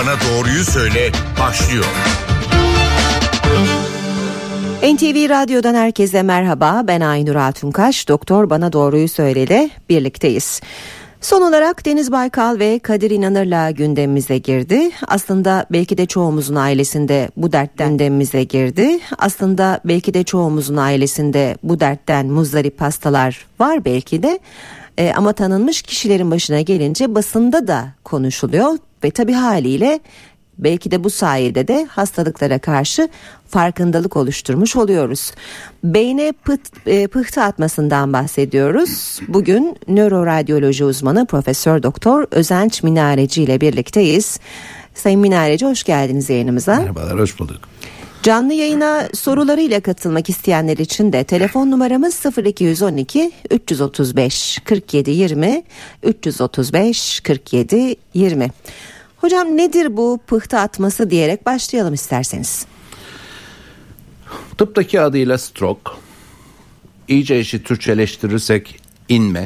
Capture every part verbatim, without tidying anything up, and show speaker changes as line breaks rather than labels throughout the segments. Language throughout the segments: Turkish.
Bana Doğruyu Söyle başlıyor.
N T V Radyo'dan herkese merhaba. Ben Aynur Altunkaş. Doktor Bana Doğruyu Söyle'yle birlikteyiz. Son olarak Deniz Baykal ve Kadir İnanır'la gündemimize girdi. Aslında belki de çoğumuzun ailesinde bu dertten gündemimize girdi. Aslında belki de çoğumuzun ailesinde bu dertten muzdarip hastalar var belki de. E, ama tanınmış kişilerin başına gelince basında da konuşuluyor ve tabii haliyle belki de bu sayede de hastalıklara karşı farkındalık oluşturmuş oluyoruz. Beyne pıht, e, pıhtı atmasından bahsediyoruz. Bugün nöroradyoloji uzmanı Profesör Doktor Özenç Minareci ile birlikteyiz. Sayın Minareci, hoş geldiniz yayınımıza.
Merhabalar, hoş bulduk.
Canlı yayına sorularıyla katılmak isteyenler için de telefon numaramız sıfır iki on iki üç otuz beş kırk yedi yirmi üç otuz beş kırk yedi yirmi. Hocam, nedir bu pıhtı atması diyerek başlayalım isterseniz.
Tıptaki adıyla stroke, iyice işi Türkçeleştirirsek inme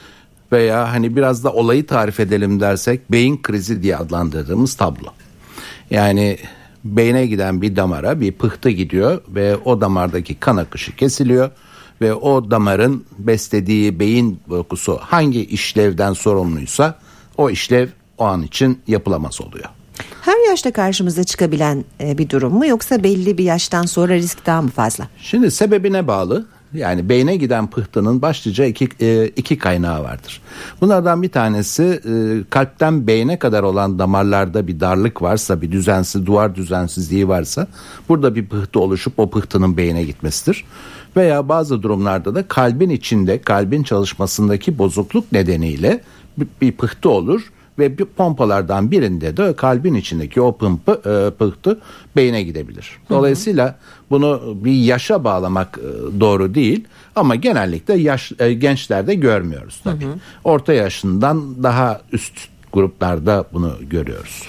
veya hani biraz da olayı tarif edelim dersek beyin krizi diye adlandırdığımız tablo. Yani beyne giden bir damara bir pıhtı gidiyor ve o damardaki kan akışı kesiliyor ve o damarın beslediği beyin dokusu hangi işlevden sorumluysa o işlev o an için yapılamaz oluyor.
Her yaşta karşımıza çıkabilen bir durum mu, yoksa belli bir yaştan sonra risk daha mı fazla?
Şimdi sebebine bağlı. Yani beyne giden pıhtının başlıca iki, iki kaynağı vardır. Bunlardan bir tanesi kalpten beyne kadar olan damarlarda bir darlık varsa, bir düzensiz duvar düzensizliği varsa burada bir pıhtı oluşup o pıhtının beyne gitmesidir. Veya bazı durumlarda da kalbin içinde, kalbin çalışmasındaki bozukluk nedeniyle bir, bir pıhtı olur. Ve bir pompalardan birinde de kalbin içindeki o pımpı, e, pıhtı beyne gidebilir. Dolayısıyla hı hı. bunu bir yaşa bağlamak e, doğru değil. Ama genellikle yaş, e, gençlerde görmüyoruz tabii. Hı hı. Orta yaşından daha üst gruplarda bunu görüyoruz.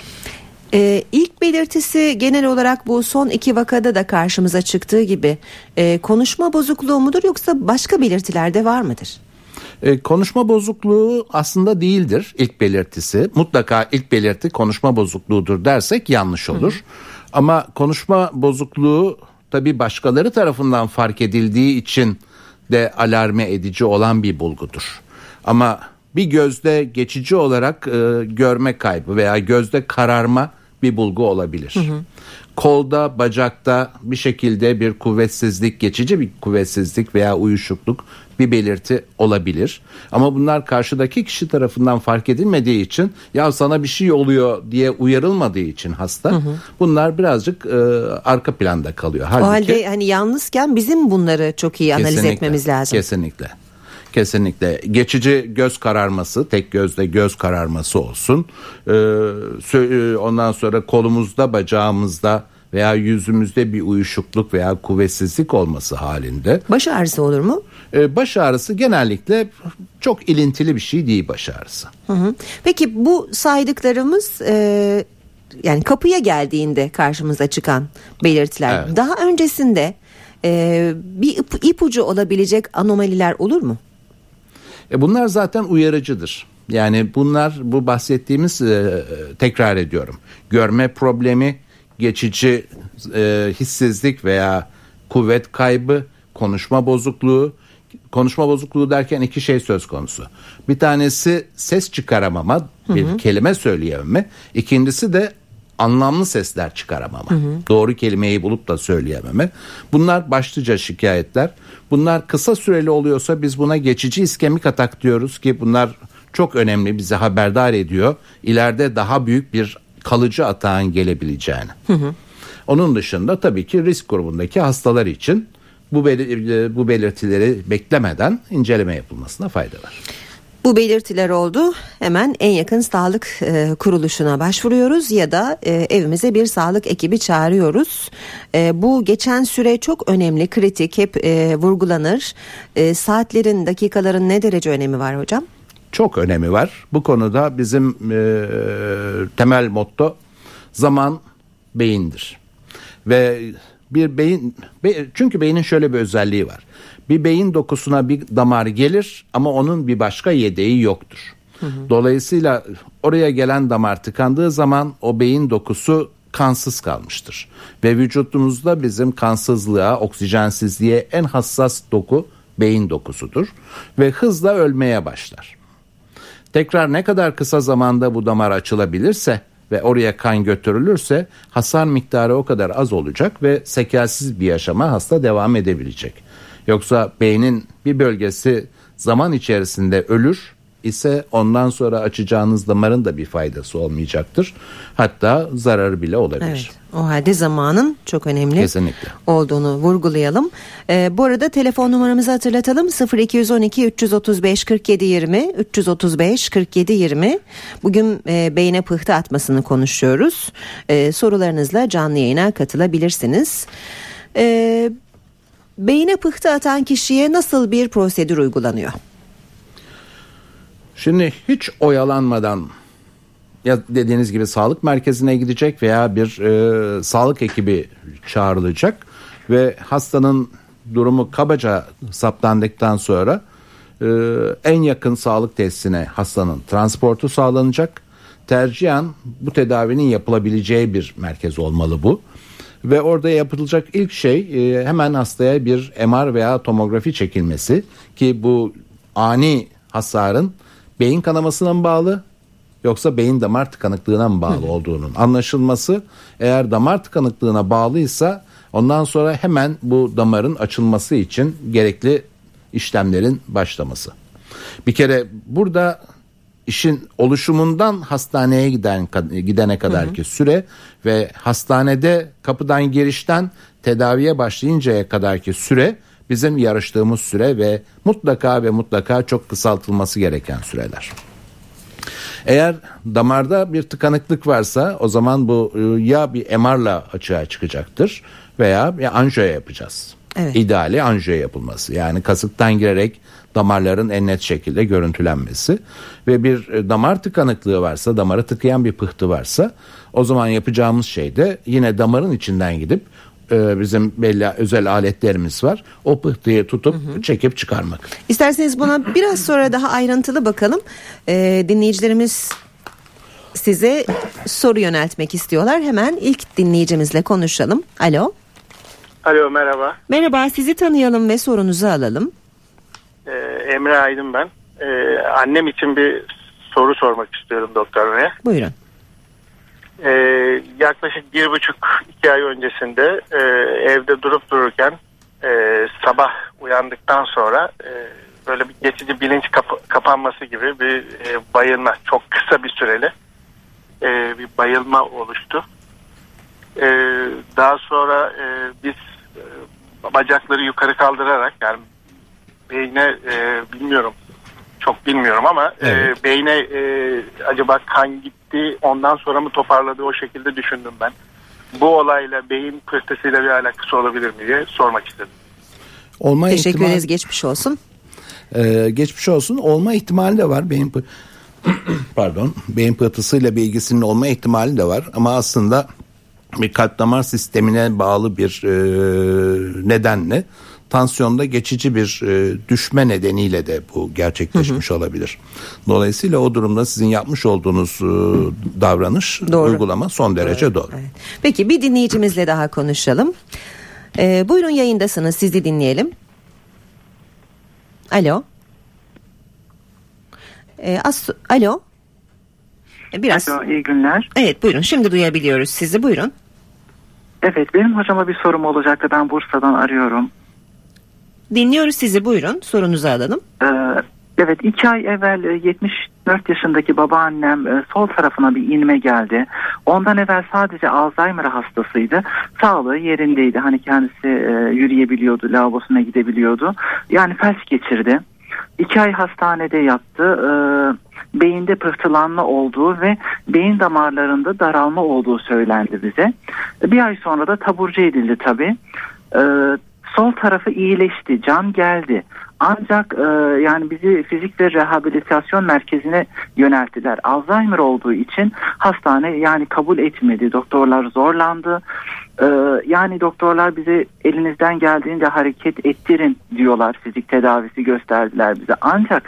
Ee, ilk belirtisi genel olarak bu son iki vakada da karşımıza çıktığı gibi e, konuşma bozukluğu mudur, yoksa başka belirtiler de var mıdır?
E, konuşma bozukluğu aslında değildir ilk belirtisi. Mutlaka ilk belirti konuşma bozukluğudur dersek yanlış olur. Hı. Ama konuşma bozukluğu tabii başkaları tarafından fark edildiği için de alarme edici olan bir bulgudur. Ama bir gözde geçici olarak e, görme kaybı veya gözde kararma bir bulgu olabilir. Hı hı. Kolda, bacakta bir şekilde bir kuvvetsizlik, geçici bir kuvvetsizlik veya uyuşukluk bir belirti olabilir. Ama bunlar karşıdaki kişi tarafından fark edilmediği için, ya sana bir şey oluyor diye uyarılmadığı için hasta, hı hı. bunlar birazcık e, arka planda kalıyor. Halbuki,
o halde hani yalnızken bizim bunları çok iyi analiz etmemiz lazım.
Kesinlikle. Kesinlikle. Geçici göz kararması, tek gözde göz kararması olsun. Ee, ondan sonra kolumuzda, bacağımızda veya yüzümüzde bir uyuşukluk veya kuvvetsizlik olması halinde.
Baş ağrısı olur mu?
Ee, baş ağrısı genellikle çok ilintili bir şey değil, baş ağrısı.
Hı hı. Peki bu saydıklarımız e, yani kapıya geldiğinde karşımıza çıkan belirtiler. Evet. Daha öncesinde e, bir ip, ipucu olabilecek anomaliler olur mu?
E bunlar zaten uyarıcıdır. Yani bunlar, bu bahsettiğimiz, e, tekrar ediyorum, görme problemi, geçici e, hissizlik veya kuvvet kaybı, konuşma bozukluğu. Konuşma bozukluğu derken iki şey söz konusu. Bir tanesi ses çıkaramama, bir hı hı. kelime söyleyememe. İkincisi de anlamlı sesler çıkaramama. Hı hı. Doğru kelimeyi bulup da söyleyememe. Bunlar başlıca şikayetler. Bunlar kısa süreli oluyorsa biz buna geçici iskemik atak diyoruz ki bunlar çok önemli, bizi haberdar ediyor İleride daha büyük bir kalıcı atağın gelebileceğini. Hı hı. Onun dışında tabii ki risk grubundaki hastalar için bu belir- bu belirtileri beklemeden inceleme yapılmasına fayda var.
Bu belirtiler oldu, hemen en yakın sağlık e, kuruluşuna başvuruyoruz ya da e, evimize bir sağlık ekibi çağırıyoruz. E, bu geçen süre çok önemli, kritik, hep e, vurgulanır. E, saatlerin, dakikaların ne derece önemi var hocam?
Çok önemi var. Bu konuda bizim e, temel motto zaman beyindir. Ve bir beyin, be, çünkü beynin şöyle bir özelliği var. Bir beyin dokusuna bir damar gelir ama onun bir başka yedeği yoktur. Hı hı. Dolayısıyla oraya gelen damar tıkandığı zaman o beyin dokusu kansız kalmıştır. Ve vücudumuzda bizim kansızlığa, oksijensizliğe en hassas doku beyin dokusudur. Ve hızla ölmeye başlar. Tekrar ne kadar kısa zamanda bu damar açılabilirse ve oraya kan götürülürse hasar miktarı o kadar az olacak ve sekelsiz bir yaşama hasta devam edebilecek. Yoksa beynin bir bölgesi zaman içerisinde ölür ise ondan sonra açacağınız damarın da bir faydası olmayacaktır. Hatta zararı bile olabilir.
Evet, o halde zamanın çok önemli
Kesinlikle.
olduğunu vurgulayalım. Ee, bu arada telefon numaramızı hatırlatalım. sıfır iki on iki üç otuz beş kırk yedi yirmi üç otuz beş kırk yedi yirmi. Bugün e, beyne pıhtı atmasını konuşuyoruz. E, sorularınızla canlı yayına katılabilirsiniz. E, beyine pıhtı atan kişiye nasıl bir prosedür uygulanıyor?
Şimdi hiç oyalanmadan ya dediğiniz gibi sağlık merkezine gidecek veya bir e, sağlık ekibi çağrılacak ve hastanın durumu kabaca saptandıktan sonra e, en yakın sağlık tesisine hastanın transportu sağlanacak. Tercihen bu tedavinin yapılabileceği bir merkez olmalı bu. Ve orada yapılacak ilk şey e, hemen hastaya bir M R veya tomografi çekilmesi ki bu ani hasarın beyin kanamasına mı bağlı yoksa beyin damar tıkanıklığına mı bağlı olduğunun anlaşılması. Eğer damar tıkanıklığına bağlıysa ondan sonra hemen bu damarın açılması için gerekli işlemlerin başlaması. Bir kere burada işin oluşumundan hastaneye giden gidene kadarki süre ve hastanede kapıdan girişten tedaviye başlayıncaya kadarki süre bizim yarıştığımız süre ve mutlaka ve mutlaka çok kısaltılması gereken süreler. Eğer damarda bir tıkanıklık varsa o zaman bu ya bir M R'la açığa çıkacaktır veya bir anjiyo yapacağız. Evet. İdeali anjiyo yapılması, yani kasıktan girerek damarların en net şekilde görüntülenmesi ve bir damar tıkanıklığı varsa, damarı tıkayan bir pıhtı varsa o zaman yapacağımız şey de yine damarın içinden gidip bizim belli özel aletlerimiz var. O pıhtıyı tutup hı hı. çekip çıkarmak.
İsterseniz buna biraz sonra daha ayrıntılı bakalım. Ee, dinleyicilerimiz size soru yöneltmek istiyorlar. Hemen ilk dinleyicimizle konuşalım. Alo.
Alo, merhaba.
Merhaba, sizi tanıyalım ve sorunuzu alalım.
Ee, Emre Aydın ben. Ee, annem için bir soru sormak istiyorum doktor beye.
Buyurun.
Ee, yaklaşık bir buçuk iki ay öncesinde e, evde durup dururken e, sabah uyandıktan sonra e, böyle bir geçici bilinç kap- kapanması gibi bir e, bayılma, çok kısa bir süreli e, bir bayılma oluştu. E, daha sonra e, biz e, bacakları yukarı kaldırarak, yani beyne e, bilmiyorum çok bilmiyorum ama evet. e, beyne e, acaba kan gitti ondan sonra mı toparladı, o şekilde düşündüm ben. Bu olayla beyin pıhtısıyla bir alakası olabilir mi diye sormak istedim.
Olma
Teşekkür
ihtimal...
ederiz, geçmiş olsun.
Ee, geçmiş olsun. Olma ihtimali de var. Beyin pı... pardon, beyin pıhtısıyla bir ilgisinin olma ihtimali de var ama aslında bir kalp damar sistemine bağlı bir e, nedenle tansiyonda geçici bir e, düşme nedeniyle de bu gerçekleşmiş hı hı. olabilir. Dolayısıyla o durumda sizin yapmış olduğunuz e, davranış, doğru. uygulama son derece doğru. doğru.
Evet. Peki bir dinleyicimizle daha konuşalım. E, buyurun, yayındasınız, sizi dinleyelim. Alo. E, as- Alo. E, biraz.
Alo, iyi günler.
Evet, buyurun, şimdi duyabiliyoruz sizi, buyurun.
Evet, benim hocama bir sorum olacaktı, ben Bursa'dan arıyorum.
Dinliyoruz sizi, buyurun, sorunuzu alalım.
Ee, evet, iki ay evvel yetmiş dört yaşındaki babaannem sol tarafına bir inme geldi. Ondan evvel sadece Alzheimer hastasıydı. Sağlığı yerindeydi. Hani kendisi yürüyebiliyordu, lavabosuna gidebiliyordu. Yani felç geçirdi. İki ay hastanede yattı. Ee, beyinde pıhtılanma olduğu ve beyin damarlarında daralma olduğu söylendi bize. Bir ay sonra da taburcu edildi tabii. Ee, Sol tarafı iyileşti, can geldi. Ancak e, yani bizi fizik ve rehabilitasyon merkezine yönelttiler. Alzheimer olduğu için hastane yani kabul etmedi. Doktorlar zorlandı. E, yani doktorlar bize elinizden geldiğince hareket ettirin diyorlar. Fizik tedavisi gösterdiler bize. Ancak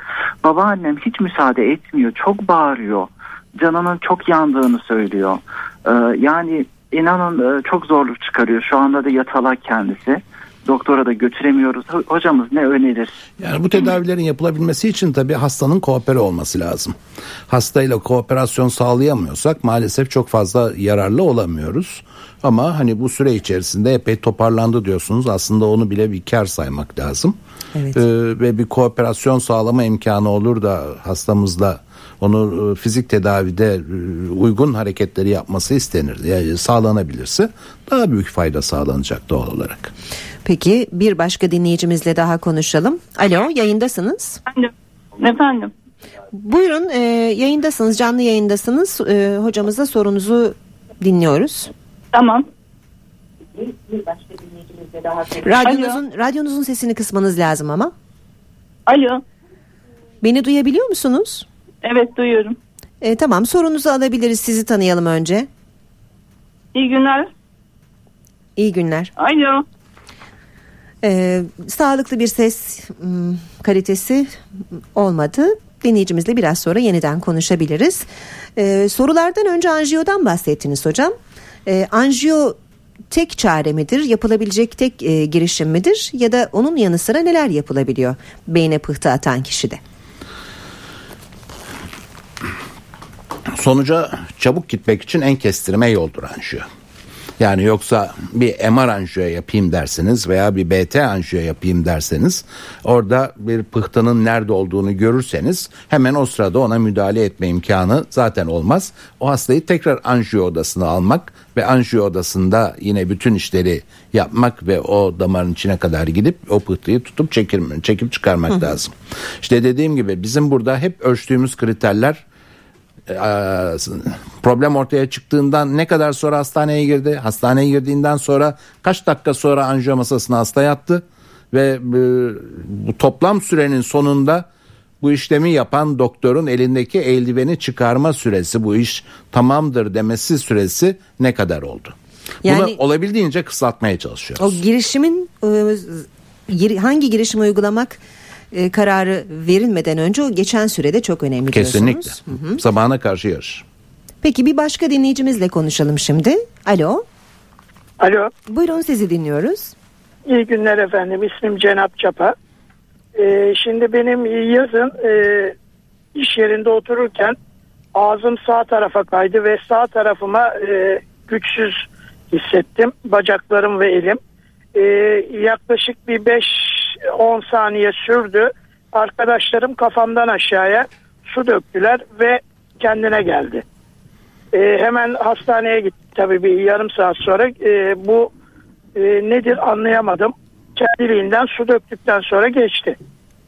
babaannem hiç müsaade etmiyor. Çok bağırıyor. Canının çok yandığını söylüyor. Ee, yani inanın çok zorluk çıkarıyor. Şu anda da yatalak kendisi. Doktora da götüremiyoruz. Hocamız ne önerir?
Yani bu tedavilerin yapılabilmesi için tabii hastanın koopere olması lazım. Hastayla kooperasyon sağlayamıyorsak maalesef çok fazla yararlı olamıyoruz. Ama hani bu süre içerisinde epey toparlandı diyorsunuz. Aslında onu bile bir kar saymak lazım.
Evet.
Ee, ve bir kooperasyon sağlama imkanı olur da hastamızla onu fizik tedavide uygun hareketleri yapması istenir. Yani sağlanabilirse daha büyük fayda sağlanacak doğal olarak.
Peki bir başka dinleyicimizle daha konuşalım. Alo, yayındasınız.
Efendim. Efendim.
Buyurun, e, yayındasınız, canlı yayındasınız. E, hocamıza sorunuzu dinliyoruz.
Tamam.
Bir başka dinleyicimizle daha radyonuzun, radyonuzun sesini kısmanız lazım ama.
Alo.
Beni duyabiliyor musunuz?
Evet, duyuyorum.
E, tamam, sorunuzu alabiliriz. Sizi tanıyalım önce.
İyi günler.
İyi günler.
Alo.
Ee, sağlıklı bir ses ım, kalitesi olmadı. Dinleyicimizle biraz sonra yeniden konuşabiliriz. Ee, sorulardan önce anjiyodan bahsettiniz hocam. Ee, anjiyo tek çare midir? Yapılabilecek tek e, girişim midir? Ya da onun yanı sıra neler yapılabiliyor beyne pıhtı atan kişide?
Sonuca çabuk gitmek için en kestirme yoldur anjiyo. Yani yoksa bir M R anjiyo yapayım derseniz veya bir B T anjiyo yapayım derseniz orada bir pıhtının nerede olduğunu görürseniz hemen o sırada ona müdahale etme imkanı zaten olmaz. O hastayı tekrar anjiyo odasına almak ve anjiyo odasında yine bütün işleri yapmak ve o damarın içine kadar gidip o pıhtıyı tutup çekip, çekip çıkarmak hı hı. lazım. İşte dediğim gibi bizim burada hep ölçtüğümüz kriterler problem ortaya çıktığından ne kadar sonra hastaneye girdi, hastaneye girdiğinden sonra kaç dakika sonra anjiyo masasına hasta yattı ve bu toplam sürenin sonunda bu işlemi yapan doktorun elindeki eldiveni çıkarma süresi, bu iş tamamdır demesi süresi ne kadar oldu? Yani, bunu olabildiğince kısaltmaya çalışıyoruz.
O girişimin hangi girişimi uygulamak E, kararı verilmeden önce o geçen sürede çok önemli
Kesinlikle.
diyorsunuz. Kesinlikle.
Sabahına karşı yarış.
Peki bir başka dinleyicimizle konuşalım şimdi. Alo.
Alo.
Buyurun, sizi dinliyoruz.
İyi günler efendim. İsmim Cenap Çapa. Ee, şimdi benim yazın e, iş yerinde otururken ağzım sağ tarafa kaydı ve sağ tarafıma e, güçsüz hissettim. Bacaklarım ve elim. E, yaklaşık bir beş on saniye sürdü. Arkadaşlarım kafamdan aşağıya su döktüler ve kendine geldi. Ee, hemen hastaneye gittim tabii bir yarım saat sonra. Ee, bu e, nedir anlayamadım. Kendiliğinden su döktükten sonra geçti.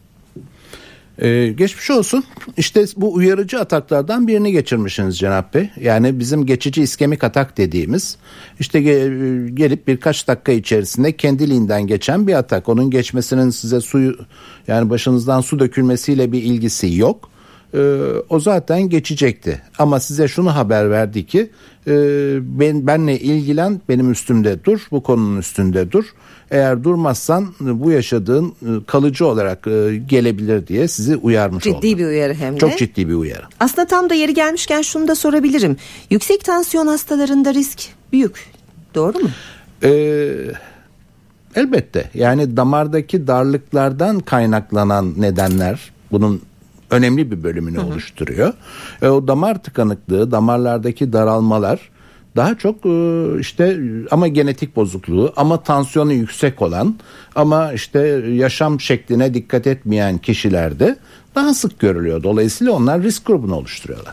Ee, geçmiş olsun. İşte bu uyarıcı ataklardan birini geçirmişsiniz Cenap Bey. Yani bizim geçici iskemik atak dediğimiz işte ge- gelip birkaç dakika içerisinde kendiliğinden geçen bir atak. Onun geçmesinin size suyu yani başınızdan su dökülmesiyle bir ilgisi yok. Ee, o zaten geçecekti. Ama size şunu haber verdi ki e, ben benle ilgilen, benim üstümde dur, bu konunun üstünde dur. Eğer durmazsan bu yaşadığın kalıcı olarak gelebilir diye sizi uyarmış
ciddi
oldu.
Ciddi bir uyarı hem de.
Çok ciddi bir uyarı.
Aslında tam da yeri gelmişken şunu da sorabilirim. Yüksek tansiyon hastalarında risk büyük. Doğru mu?
Ee, elbette. Yani damardaki darlıklardan kaynaklanan nedenler bunun önemli bir bölümünü hı hı. oluşturuyor. E, o damar tıkanıklığı, damarlardaki daralmalar daha çok işte ama genetik bozukluğu ama tansiyonu yüksek olan ama işte yaşam şekline dikkat etmeyen kişilerde daha sık görülüyor. Dolayısıyla onlar risk grubunu oluşturuyorlar.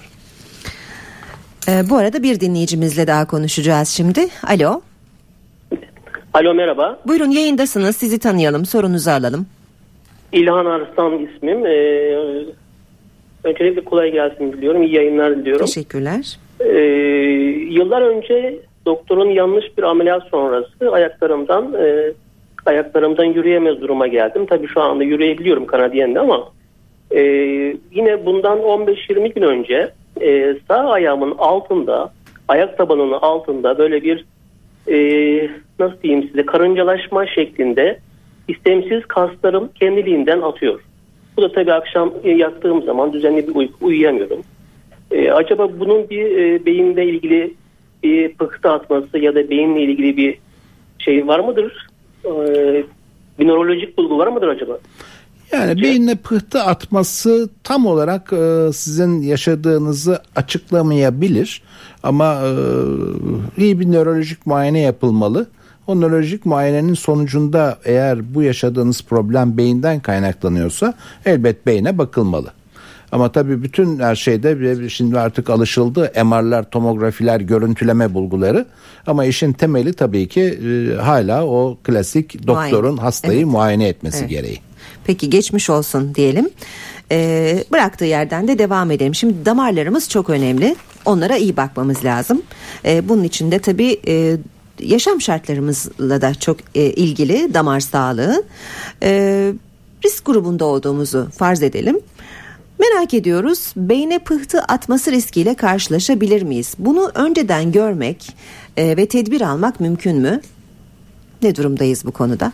Ee, bu arada bir dinleyicimizle daha konuşacağız şimdi. Alo.
Alo, merhaba.
Buyurun, yayındasınız. Sizi tanıyalım, sorunuzu alalım.
İlhan Arslan ismim. Ee, öncelikle kolay gelsin diliyorum. İyi yayınlar diliyorum.
Teşekkürler.
Ee, yıllar önce doktorun yanlış bir ameliyat sonrası ayaklarımdan e, ayaklarımdan yürüyemez duruma geldim. Tabii şu anda yürüyebiliyorum Kanadyen'de ama e, yine bundan on beş yirmi gün önce e, sağ ayağımın altında, ayak tabanının altında böyle bir e, nasıl diyeyim size, karıncalaşma şeklinde istemsiz kaslarım kendiliğinden atıyor. Bu da tabii akşam yattığım zaman düzenli bir uyku uyuyamıyorum. Ee, acaba bunun bir e, beyinle ilgili bir pıhtı atması ya da beyinle ilgili bir şey var mıdır? Ee, bir nörolojik bulgu var mıdır acaba?
Yani Peki. beyinle pıhtı atması tam olarak e, sizin yaşadığınızı açıklamayabilir. Ama e, iyi bir nörolojik muayene yapılmalı. O nörolojik muayenenin sonucunda eğer bu yaşadığınız problem beyinden kaynaklanıyorsa elbet beyine bakılmalı. Ama tabii bütün her şeyde şimdi artık alışıldı. M R'lar, tomografiler, görüntüleme bulguları. Ama işin temeli tabii ki e, hala o klasik doktorun muayene. hastayı evet. muayene etmesi evet. gereği.
Peki geçmiş olsun diyelim. Ee, bıraktığı yerden de devam edelim. Şimdi damarlarımız çok önemli. Onlara iyi bakmamız lazım. Ee, bunun için de tabii e, yaşam şartlarımızla da çok e, ilgili damar sağlığı. Ee, risk grubunda olduğumuzu farz edelim. Merak ediyoruz, beyne pıhtı atması riskiyle karşılaşabilir miyiz? Bunu önceden görmek e, ve tedbir almak mümkün mü? Ne durumdayız bu konuda?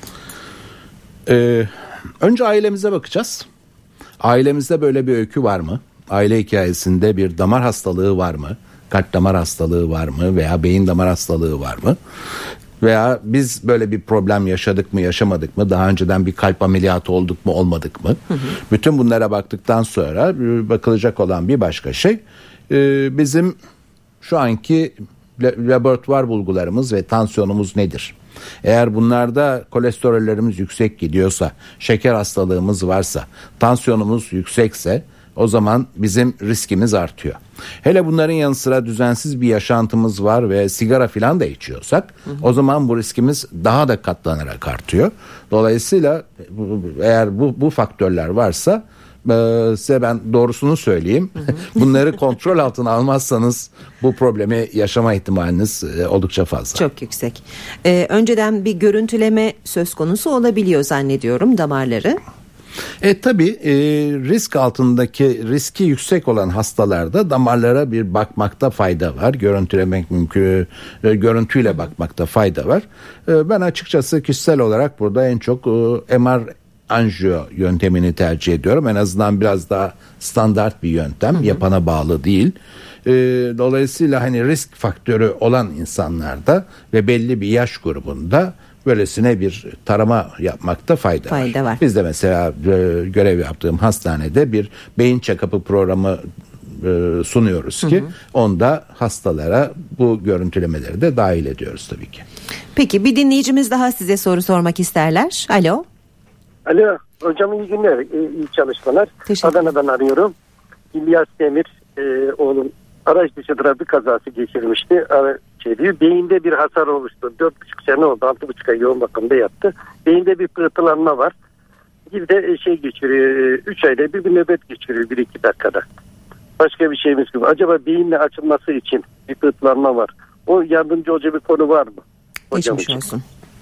Ee, önce ailemize bakacağız. Ailemizde böyle bir öykü var mı? Aile hikayesinde bir damar hastalığı var mı? Kalp damar hastalığı var mı? Veya beyin damar hastalığı var mı? Veya biz böyle bir problem yaşadık mı, yaşamadık mı? Daha önceden bir kalp ameliyatı olduk mu, olmadık mı? Hı hı. Bütün bunlara baktıktan sonra bakılacak olan bir başka şey bizim şu anki laboratuvar bulgularımız ve tansiyonumuz nedir? Eğer bunlarda kolesterollerimiz yüksek gidiyorsa, şeker hastalığımız varsa, tansiyonumuz yüksekse o zaman bizim riskimiz artıyor. Hele bunların yanı sıra düzensiz bir yaşantımız var ve sigara filan da içiyorsak hı hı. o zaman bu riskimiz daha da katlanarak artıyor. Dolayısıyla eğer bu, bu faktörler varsa e, size ben doğrusunu söyleyeyim. Hı hı. Bunları kontrol altına almazsanız bu problemi yaşama ihtimaliniz e, oldukça fazla.
Çok yüksek. Ee, önceden bir görüntüleme söz konusu olabiliyor zannediyorum damarları.
E tabii e, risk altındaki riski yüksek olan hastalarda damarlara bir bakmakta fayda var. Görüntülemek mümkün, e, görüntüyle bakmakta fayda var. E, ben açıkçası kişisel olarak burada en çok e, M R anjiyo yöntemini tercih ediyorum. En azından biraz daha standart bir yöntem, hı hı. yapana bağlı değil. E, dolayısıyla hani risk faktörü olan insanlarda ve belli bir yaş grubunda böylesine bir tarama yapmakta fayda, fayda var. var. Biz de mesela e, görev yaptığım hastanede bir beyin check-up'ı programı e, sunuyoruz ki hı hı. onda hastalara bu görüntülemeleri de dahil ediyoruz tabii ki.
Peki bir dinleyicimiz daha size soru sormak isterler. Alo.
Alo hocam, iyi günler, iyi çalışmalar. Adana'dan arıyorum. İlyas Demir e, oğlum araç dışı trafik kazası geçirmişti. Şey diyor, beyinde bir hasar oluştu. Dört buçuk sene oldu. Altı buçuk ay yoğun bakımda yattı. Beyinde bir pıhtılanma var. Bir de şey geçiriyor. Üç ayda bir, bir nöbet geçiriyor. Bir iki dakikada. Başka bir şeyimiz gibi. Acaba beyinle açılması için bir pıhtılanma var. O yardımcı olacak bir konu var mı?
Hocam Geçmiş olsun.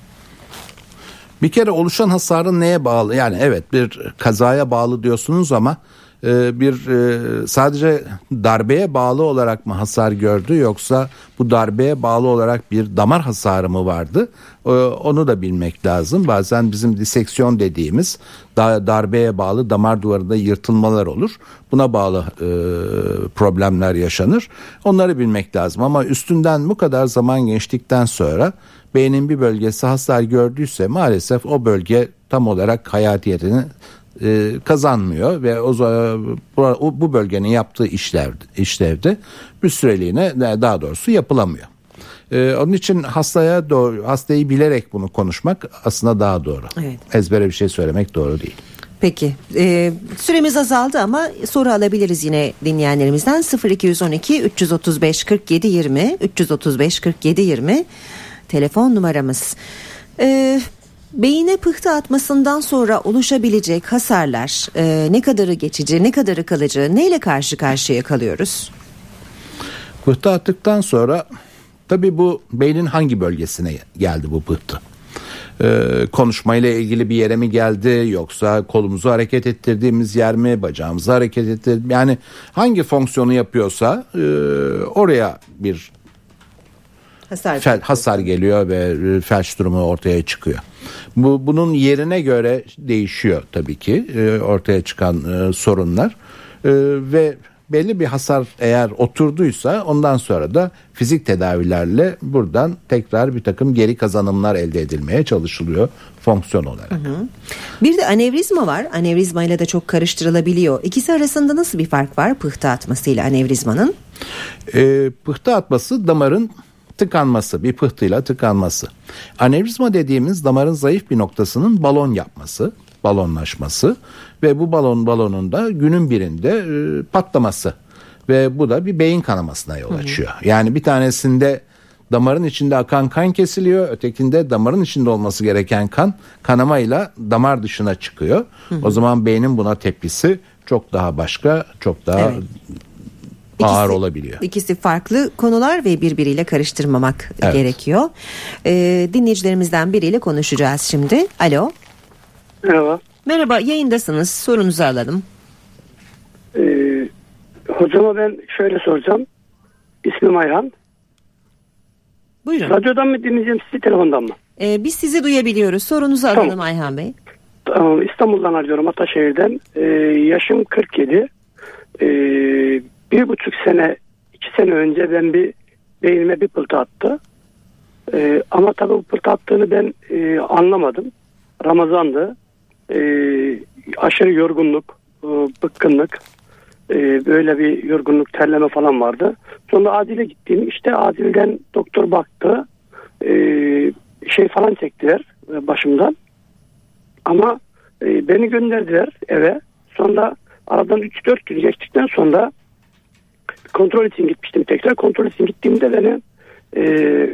Bir kere oluşan hasarın neye bağlı? Yani evet bir kazaya bağlı diyorsunuz ama bir sadece darbeye bağlı olarak mı hasar gördü, yoksa bu darbeye bağlı olarak bir damar hasarı mı vardı? Onu da bilmek lazım. Bazen bizim diseksiyon dediğimiz darbeye bağlı damar duvarında yırtılmalar olur. Buna bağlı problemler yaşanır. Onları bilmek lazım ama üstünden bu kadar zaman geçtikten sonra beynin bir bölgesi hasar gördüyse maalesef o bölge tam olarak hayatiyetini e, kazanmıyor ve o, o bu bölgenin yaptığı işlev, işlevde bir süreliğine, daha doğrusu yapılamıyor. E, onun için hastaya doğru, hastayı bilerek bunu konuşmak aslında daha doğru. Evet. Ezbere bir şey söylemek doğru değil.
Peki e, süremiz azaldı ama soru alabiliriz yine dinleyenlerimizden. sıfır iki on iki üç otuz beş kırk yedi yirmi üç otuz beş kırk yedi yirmi telefon numaramız. E, beyine pıhtı atmasından sonra oluşabilecek hasarlar e, ne kadarı geçici, ne kadarı kalıcı, neyle karşı karşıya kalıyoruz?
Pıhtı attıktan sonra tabii bu beynin hangi bölgesine geldi bu pıhtı? Ee, konuşmayla ilgili bir yere mi geldi, yoksa kolumuzu hareket ettirdiğimiz yer mi, bacağımızı hareket ettirdiğimiz, yani hangi fonksiyonu yapıyorsa e, oraya bir
hasar,
fel, hasar geliyor ve felç durumu ortaya çıkıyor. Bu bunun yerine göre değişiyor tabii ki e, ortaya çıkan e, sorunlar e, ve belli bir hasar eğer oturduysa ondan sonra da fizik tedavilerle buradan tekrar bir takım geri kazanımlar elde edilmeye çalışılıyor fonksiyon olarak. Hı hı.
Bir de anevrizma var. Anevrizma ile de çok karıştırılabiliyor. İkisi arasında nasıl bir fark var pıhtı atması ile anevrizmanın?
E, pıhtı atması damarın tıkanması, bir pıhtıyla tıkanması. Anevrizma dediğimiz damarın zayıf bir noktasının balon yapması, balonlaşması ve bu balon balonun da günün birinde e, patlaması ve bu da bir beyin kanamasına yol açıyor. Hı hı. Yani bir tanesinde damarın içinde akan kan kesiliyor, ötekinde damarın içinde olması gereken kan kanamayla damar dışına çıkıyor. Hı hı. O zaman beynin buna tepkisi çok daha başka, çok daha evet. ağır ikisi, olabiliyor.
İkisi farklı konular ve birbiriyle karıştırmamak evet. gerekiyor. Ee, dinleyicilerimizden biriyle konuşacağız şimdi. Alo.
Merhaba.
Merhaba, yayındasınız. Sorunuzu alalım.
Ee, hocama ben şöyle soracağım. İsmim Ayhan.
Buyurun.
Radyodan mı dinleyeceğim sizi, telefondan mı?
Ee, biz sizi duyabiliyoruz. Sorunuzu
tamam.
alalım Ayhan Bey.
Tamam, İstanbul'dan arıyorum, Ataşehir'den. Ee, yaşım kırk yedi. Ee, bir buçuk sene, iki sene önce ben bir beynime bir pıltı attı. Ee, ama tabii bu pıltı attığını ben e, anlamadım. Ramazan'dı. Ee, aşırı yorgunluk, e, bıkkınlık, e, böyle bir yorgunluk, terleme falan vardı. Sonra Adil'e gittim. İşte Adil'den doktor baktı. E, şey falan çektiler e, başımdan. Ama e, beni gönderdiler eve. Sonra aradan üç dört gün geçtikten sonra kontrol için gitmiştim tekrar. Kontrol için gittiğimde beni e,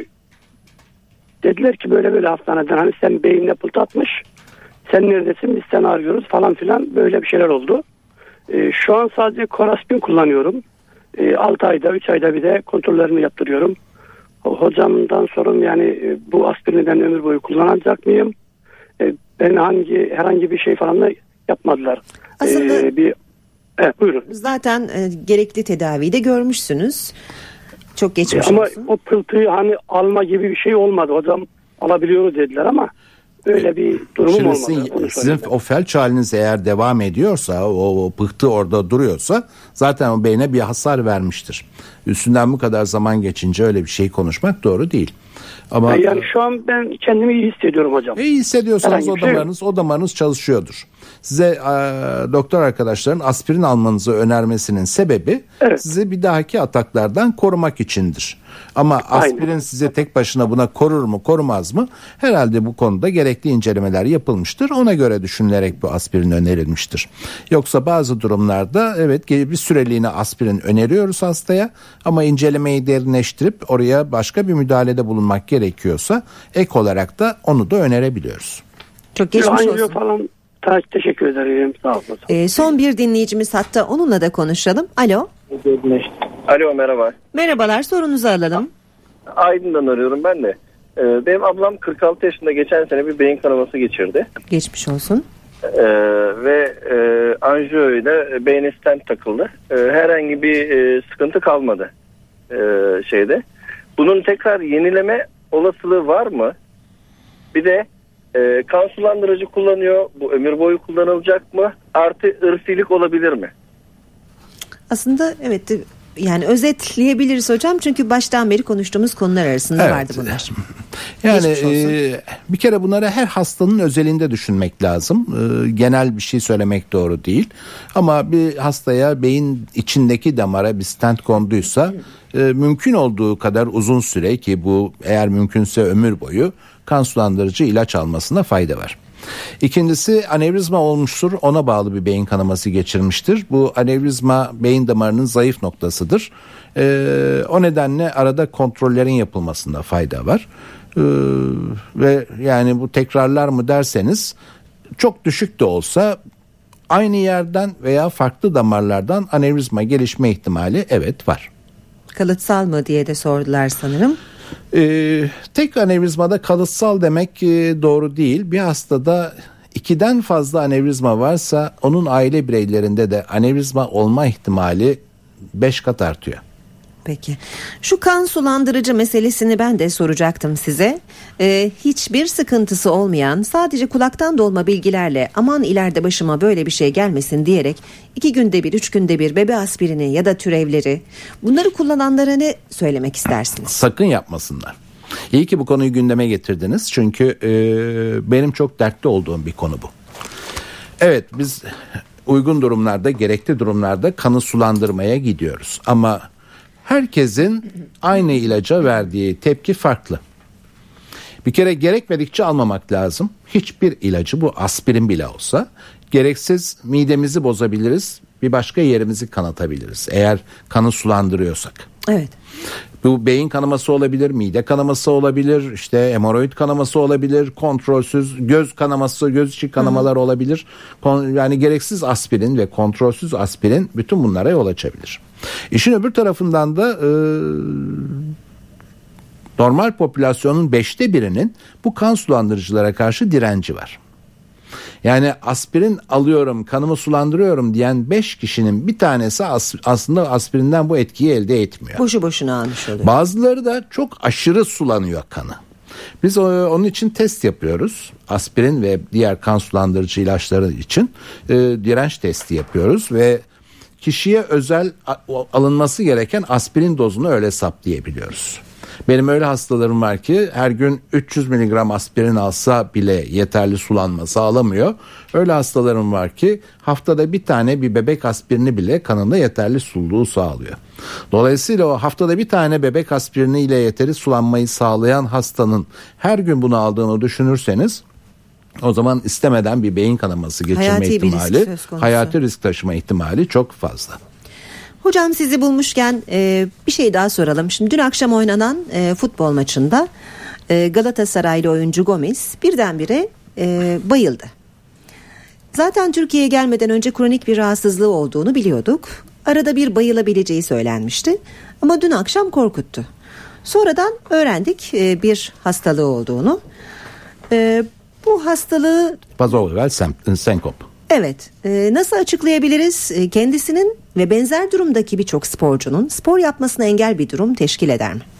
dediler ki böyle böyle hastaneden, hani sen beynine pıltı atmış. Sen neredesin, biz seni arıyoruz falan filan, böyle bir şeyler oldu. E, şu an sadece Koraspin kullanıyorum. E, altı ayda üç ayda bir de kontrollerimi yaptırıyorum. Hocamdan sorum yani e, bu aspirini ben ömür boyu kullanacak mıyım? E, ben hangi herhangi bir şey falan da yapmadılar.
Aslında
e, bir evet, buyurun.
Zaten e, gerekli tedaviyi de görmüşsünüz. Çok geçmiş
e, ama
olsun.
o pıltıyı hani alma gibi bir şey olmadı. Hocam alabiliyoruz dediler ama öyle bir durumum
Şimdi
olmadı.
Sizin, sizin o felç haliniz eğer devam ediyorsa, o, o pıhtı orada duruyorsa zaten o beyne bir hasar vermiştir. Üstünden bu kadar zaman geçince öyle bir şey konuşmak doğru değil. Ama
yani şu an ben kendimi iyi hissediyorum hocam.
İyi hissediyorsanız o
şey
damarınız, o damarınız çalışıyordur. Size e, doktor arkadaşların aspirin almanızı önermesinin sebebi evet. sizi bir dahaki ataklardan korumak içindir. Ama aspirin Aynen. size tek başına buna korur mu korumaz mı? Herhalde bu konuda gerekli incelemeler yapılmıştır. Ona göre düşünülerek bu aspirin önerilmiştir. Yoksa bazı durumlarda evet bir süreliğine aspirin öneriyoruz hastaya ama incelemeyi derinleştirip oraya başka bir müdahalede bulunmak gerekiyorsa ek olarak da onu da önerebiliyoruz.
Çok geçmiş
Yo,
olsun.
Falan. Teşekkür ederim. Sağ olun.
Ee, son bir dinleyicimiz hatta, onunla da konuşalım. Alo.
Alo, merhaba.
Merhabalar, sorunuzu alalım.
Aydın'dan arıyorum ben de. Ee, benim ablam kırk altı yaşında geçen sene bir beyin kanaması geçirdi.
Geçmiş olsun.
Ee, ve e, anjiyo ile beyne stent takıldı. Ee, herhangi bir e, sıkıntı kalmadı e, şeyde. Bunun tekrar yenileme olasılığı var mı? Bir de e, kan sulandırıcı kullanıyor. Bu ömür boyu kullanılacak mı? Artı ırsilik olabilir mi?
Aslında evet, yani özetleyebiliriz hocam, çünkü baştan beri konuştuğumuz konular arasında evet. vardı bunlar.
Yani e, bir kere bunları her hastanın özelinde düşünmek lazım. E, genel bir şey söylemek doğru değil. Ama bir hastaya beyin içindeki damara bir stent konduysa e, mümkün olduğu kadar uzun süre, ki bu eğer mümkünse ömür boyu, kan sulandırıcı ilaç almasına fayda var. İkincisi, anevrizma olmuştur, ona bağlı bir beyin kanaması geçirmiştir. Bu anevrizma beyin damarının zayıf noktasıdır. Ee, o nedenle arada kontrollerin yapılmasında fayda var. Ee, ve yani bu tekrarlar mı derseniz, çok düşük de olsa aynı yerden veya farklı damarlardan anevrizma gelişme ihtimali evet var.
Kalıtsal mı diye de sordular sanırım.
Ee, tek anevrizmada kalıtsal demek e, doğru değil. Bir hastada ikiden fazla anevrizma varsa onun aile bireylerinde de anevrizma olma ihtimali beş kat artıyor.
Peki. Şu kan sulandırıcı meselesini ben de soracaktım size. Ee, hiçbir sıkıntısı olmayan, sadece kulaktan dolma bilgilerle aman ileride başıma böyle bir şey gelmesin diyerek iki günde bir, üç günde bir bebe aspirini ya da türevleri, bunları kullananlara ne söylemek istersiniz?
Sakın yapmasınlar. İyi ki bu konuyu gündeme getirdiniz. Çünkü e, benim çok dertli olduğum bir konu bu. Evet, biz uygun durumlarda, gerekli durumlarda kanı sulandırmaya gidiyoruz. Ama herkesin aynı ilaca verdiği tepki farklı. Bir kere gerekmedikçe almamak lazım. Hiçbir ilacı, bu aspirin bile olsa, gereksiz midemizi bozabiliriz, bir başka yerimizi kanatabiliriz eğer kanı sulandırıyorsak.
Evet.
Bu beyin kanaması olabilir, mide kanaması olabilir, işte hemoroid kanaması olabilir, kontrolsüz göz kanaması, göz içi kanamalar Hı-hı. olabilir. Yani gereksiz aspirin ve kontrolsüz aspirin bütün bunlara yol açabilir. İşin öbür tarafından da e, normal popülasyonun beşte birinin bu kan sulandırıcılara karşı direnci var. Yani aspirin alıyorum, kanımı sulandırıyorum diyen beş kişinin bir tanesi as- aslında aspirinden bu etkiyi elde etmiyor.
Boşu boşuna almış oluyor.
Bazıları da çok aşırı sulanıyor kanı. Biz o, onun için test yapıyoruz. Aspirin ve diğer kan sulandırıcı ilaçları için e, direnç testi yapıyoruz ve kişiye özel alınması gereken aspirin dozunu öyle saptayabiliyoruz. Benim öyle hastalarım var ki her gün üç yüz miligram aspirin alsa bile yeterli sulanma sağlamıyor. Öyle hastalarım var ki haftada bir tane bir bebek aspirini bile kanında yeterli suluğu sağlıyor. Dolayısıyla o haftada bir tane bebek aspirini ile yeteri sulanmayı sağlayan hastanın her gün bunu aldığını düşünürseniz, o zaman istemeden bir beyin kanaması geçirme hayati ihtimali, risk hayati risk taşıma ihtimali çok fazla.
Hocam, sizi bulmuşken e, bir şey daha soralım. Şimdi dün akşam oynanan e, futbol maçında e, Galatasaraylı oyuncu Gomis birdenbire e, bayıldı. Zaten Türkiye'ye gelmeden önce kronik bir rahatsızlığı olduğunu biliyorduk. Arada bir bayılabileceği söylenmişti. Ama dün akşam korkuttu. Sonradan öğrendik e, bir hastalığı olduğunu. E, bu hastalığı...
Vazovagal senkop.
Evet, e, nasıl açıklayabiliriz? E, kendisinin ve benzer durumdaki birçok sporcunun spor yapmasına engel bir durum teşkil eder mi?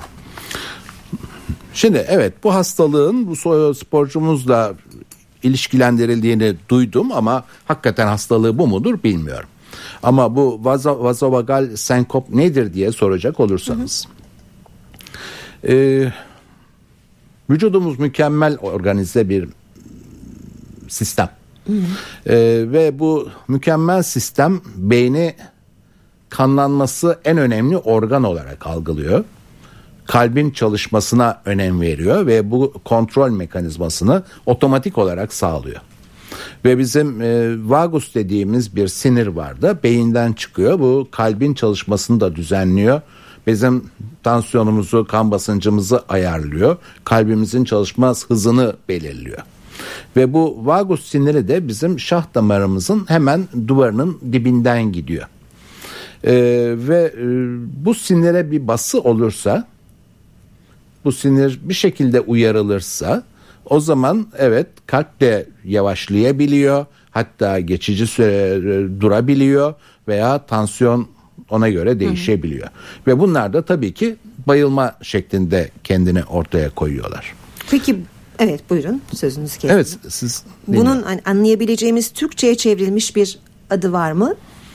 Şimdi evet, bu hastalığın bu sporcumuzla ilişkilendirildiğini duydum ama hakikaten hastalığı bu mudur bilmiyorum. Ama bu vazovagal senkop nedir diye soracak olursanız. Hı hı. E, vücudumuz mükemmel organize bir sistem. Ee, ve bu mükemmel sistem beyni kanlanması en önemli organ olarak algılıyor. Kalbin çalışmasına önem veriyor ve bu kontrol mekanizmasını otomatik olarak sağlıyor. Ve bizim e, vagus dediğimiz bir sinir var da beyinden çıkıyor. Bu kalbin çalışmasını da düzenliyor. Bizim tansiyonumuzu, kan basıncımızı ayarlıyor. Kalbimizin çalışma hızını belirliyor. Ve bu vagus siniri de bizim şah damarımızın hemen duvarının dibinden gidiyor. Ee, ve e, bu sinire bir bası olursa, bu sinir bir şekilde uyarılırsa, o zaman evet kalp de yavaşlayabiliyor, hatta geçici süre durabiliyor veya tansiyon ona göre değişebiliyor. Hı hı. Ve bunlar da tabii ki bayılma şeklinde kendini ortaya koyuyorlar.
Peki, evet, buyurun, sözünüzü kesin.
Evet, siz
bunun anlayabileceğimiz Türkçe'ye çevrilmiş bir adı var mı?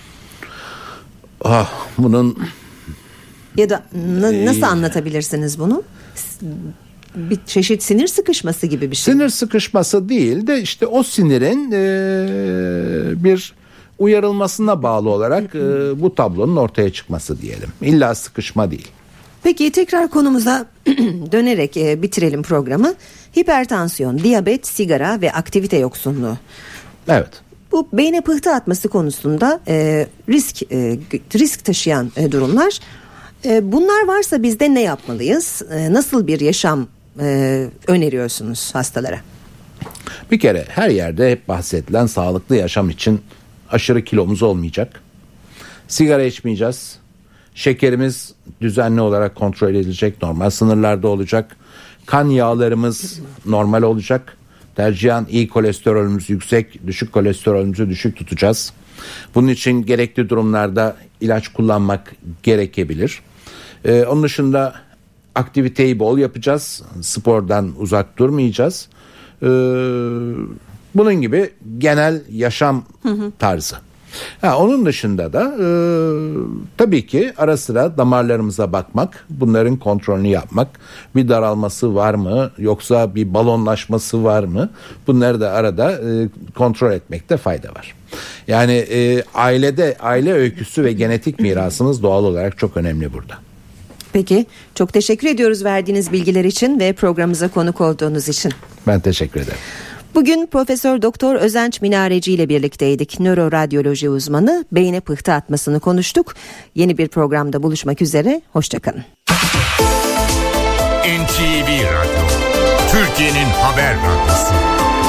Ah, bunun
ya da n- nasıl anlatabilirsiniz bunu? Bir çeşit sinir sıkışması gibi bir şey.
Sinir sıkışması değil de işte o sinirin e, bir uyarılmasına bağlı olarak e, bu tablonun ortaya çıkması diyelim. İlla sıkışma değil.
Peki, tekrar konumuza dönerek e, bitirelim programı. Hipertansiyon, diyabet, sigara ve aktivite yoksunluğu.
Evet.
Bu beyne pıhtı atması konusunda e, risk e, risk taşıyan e, durumlar. E, bunlar varsa bizde ne yapmalıyız? E, nasıl bir yaşam e, öneriyorsunuz hastalara?
Bir kere her yerde hep bahsedilen sağlıklı yaşam için aşırı kilomuz olmayacak. Sigara içmeyeceğiz. Şekerimiz düzenli olarak kontrol edilecek, normal sınırlarda olacak. Kan yağlarımız normal olacak. Tercihen iyi kolesterolümüz yüksek, düşük kolesterolümüzü düşük tutacağız. Bunun için gerekli durumlarda ilaç kullanmak gerekebilir. Ee, onun dışında aktiviteyi bol yapacağız. Spordan uzak durmayacağız. Ee, bunun gibi genel yaşam hı hı. tarzı. Ha, onun dışında da e, tabii ki ara sıra damarlarımıza bakmak, bunların kontrolünü yapmak, bir daralması var mı yoksa bir balonlaşması var mı, bunları da arada e, kontrol etmekte fayda var. Yani e, ailede aile öyküsü ve genetik mirasımız doğal olarak çok önemli burada.
Peki, çok teşekkür ediyoruz verdiğiniz bilgiler için ve programımıza konuk olduğunuz için.
Ben teşekkür ederim.
Bugün Profesör Doktor Özenç Minareci ile birlikteydik. Nöroradyoloji uzmanı, beyne pıhtı atmasını konuştuk. Yeni bir programda buluşmak üzere. Hoşçakalın.
N T V Radyo, Türkiye'nin haber radyosu.